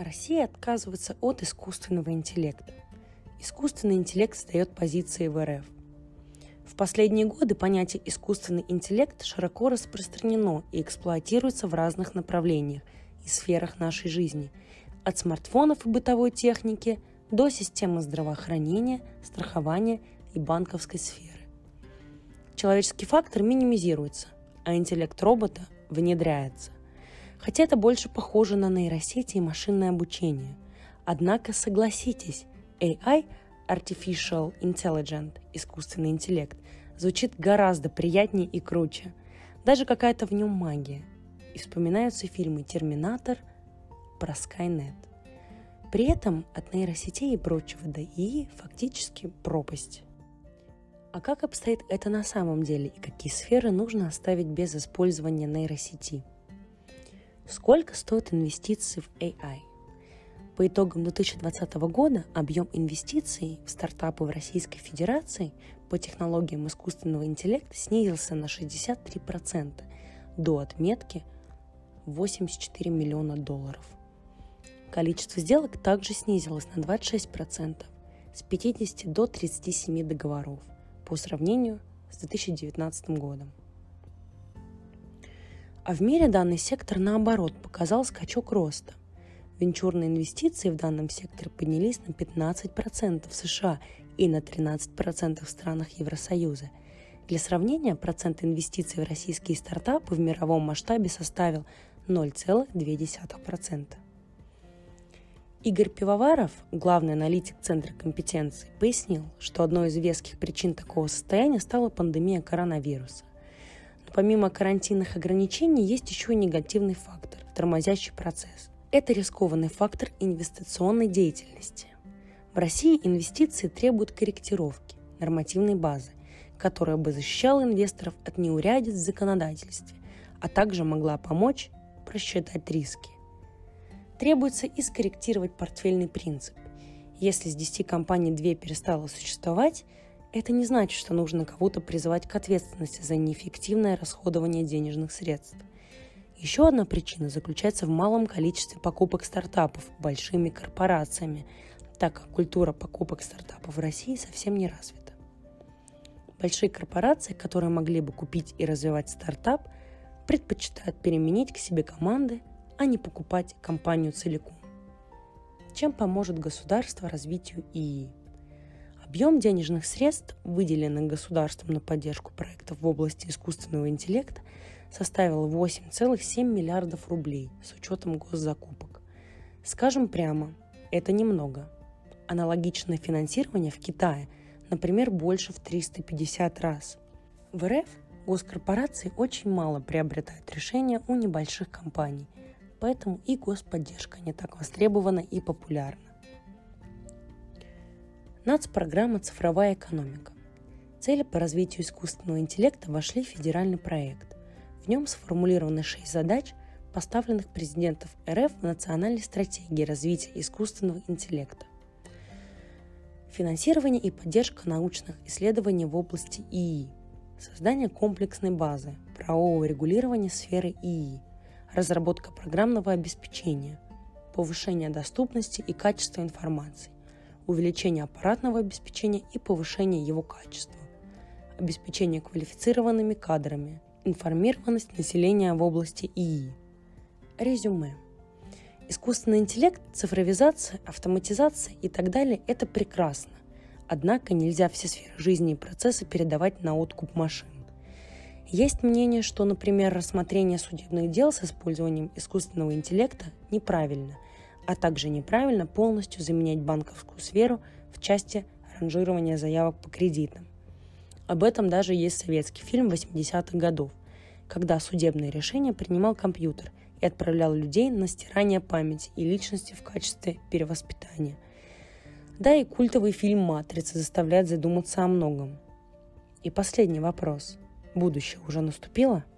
Россия отказывается от искусственного интеллекта. Искусственный интеллект сдает позиции в РФ. В последние годы понятие «искусственный интеллект» широко распространено и эксплуатируется в разных направлениях и сферах нашей жизни, от смартфонов и бытовой техники до системы здравоохранения, страхования и банковской сферы. Человеческий фактор минимизируется, а интеллект робота внедряется. Хотя это больше похоже на нейросети и машинное обучение. Однако, согласитесь, AI – Artificial Intelligence, искусственный интеллект, звучит гораздо приятнее и круче. Даже какая-то в нем магия. И вспоминаются фильмы «Терминатор», про Skynet. При этом от нейросетей и прочего до ИИ фактически пропасть. А как обстоит это на самом деле и какие сферы нужно оставить без использования нейросети? Сколько стоят инвестиции в AI? По итогам 2020 года объем инвестиций в стартапы в Российской Федерации по технологиям искусственного интеллекта снизился на 63% до отметки $84 миллиона. Количество сделок также снизилось на 26%, с 50 до 37 договоров по сравнению с 2019 годом. А в мире данный сектор, наоборот, показал скачок роста. Венчурные инвестиции в данном секторе поднялись на 15% в США и на 13% в странах Евросоюза. Для сравнения, процент инвестиций в российские стартапы в мировом масштабе составил 0,2%. Игорь Пивоваров, главный аналитик Центра компетенций, пояснил, что одной из веских причин такого состояния стала пандемия коронавируса. Но помимо карантинных ограничений есть еще и негативный фактор – тормозящий процесс. Это рискованный фактор инвестиционной деятельности. В России инвестиции требуют корректировки нормативной базы, которая бы защищала инвесторов от неурядиц в законодательстве, а также могла помочь просчитать риски. Требуется и скорректировать портфельный принцип. Если с 10 компаний 2 перестало существовать, это не значит, что нужно кого-то призывать к ответственности за неэффективное расходование денежных средств. Еще одна причина заключается в малом количестве покупок стартапов большими корпорациями, так как культура покупок стартапов в России совсем не развита. Большие корпорации, которые могли бы купить и развивать стартап, предпочитают переменить к себе команды, а не покупать компанию целиком. Чем поможет государство развитию ИИ? Объем денежных средств, выделенных государством на поддержку проектов в области искусственного интеллекта, составил 8,7 миллиардов рублей с учетом госзакупок. Скажем прямо, это немного. Аналогичное финансирование в Китае, например, больше в 350 раз. В РФ госкорпорации очень мало приобретают решения у небольших компаний, поэтому и господдержка не так востребована и популярна. Нацпрограмма «Цифровая экономика». Цели по развитию искусственного интеллекта вошли в федеральный проект. В нем сформулированы 6 задач, поставленных президентом РФ в национальной стратегии развития искусственного интеллекта. Финансирование и поддержка научных исследований в области ИИ, создание комплексной базы правового регулирования сферы ИИ, разработка программного обеспечения, повышение доступности и качества информации, увеличение аппаратного обеспечения и повышение его качества, обеспечение квалифицированными кадрами, информированность населения в области ИИ. Резюме. Искусственный интеллект, цифровизация, автоматизация и так далее – это прекрасно. Однако нельзя все сферы жизни и процессы передавать на откуп машин. Есть мнение, что, например, рассмотрение судебных дел с использованием искусственного интеллекта неправильно, а также неправильно полностью заменять банковскую сферу в части ранжирования заявок по кредитам. Об этом даже есть советский фильм 80-х годов, когда судебные решения принимал компьютер и отправлял людей на стирание памяти и личности в качестве перевоспитания. Да и культовый фильм «Матрица» заставляет задуматься о многом. И последний вопрос. Будущее уже наступило?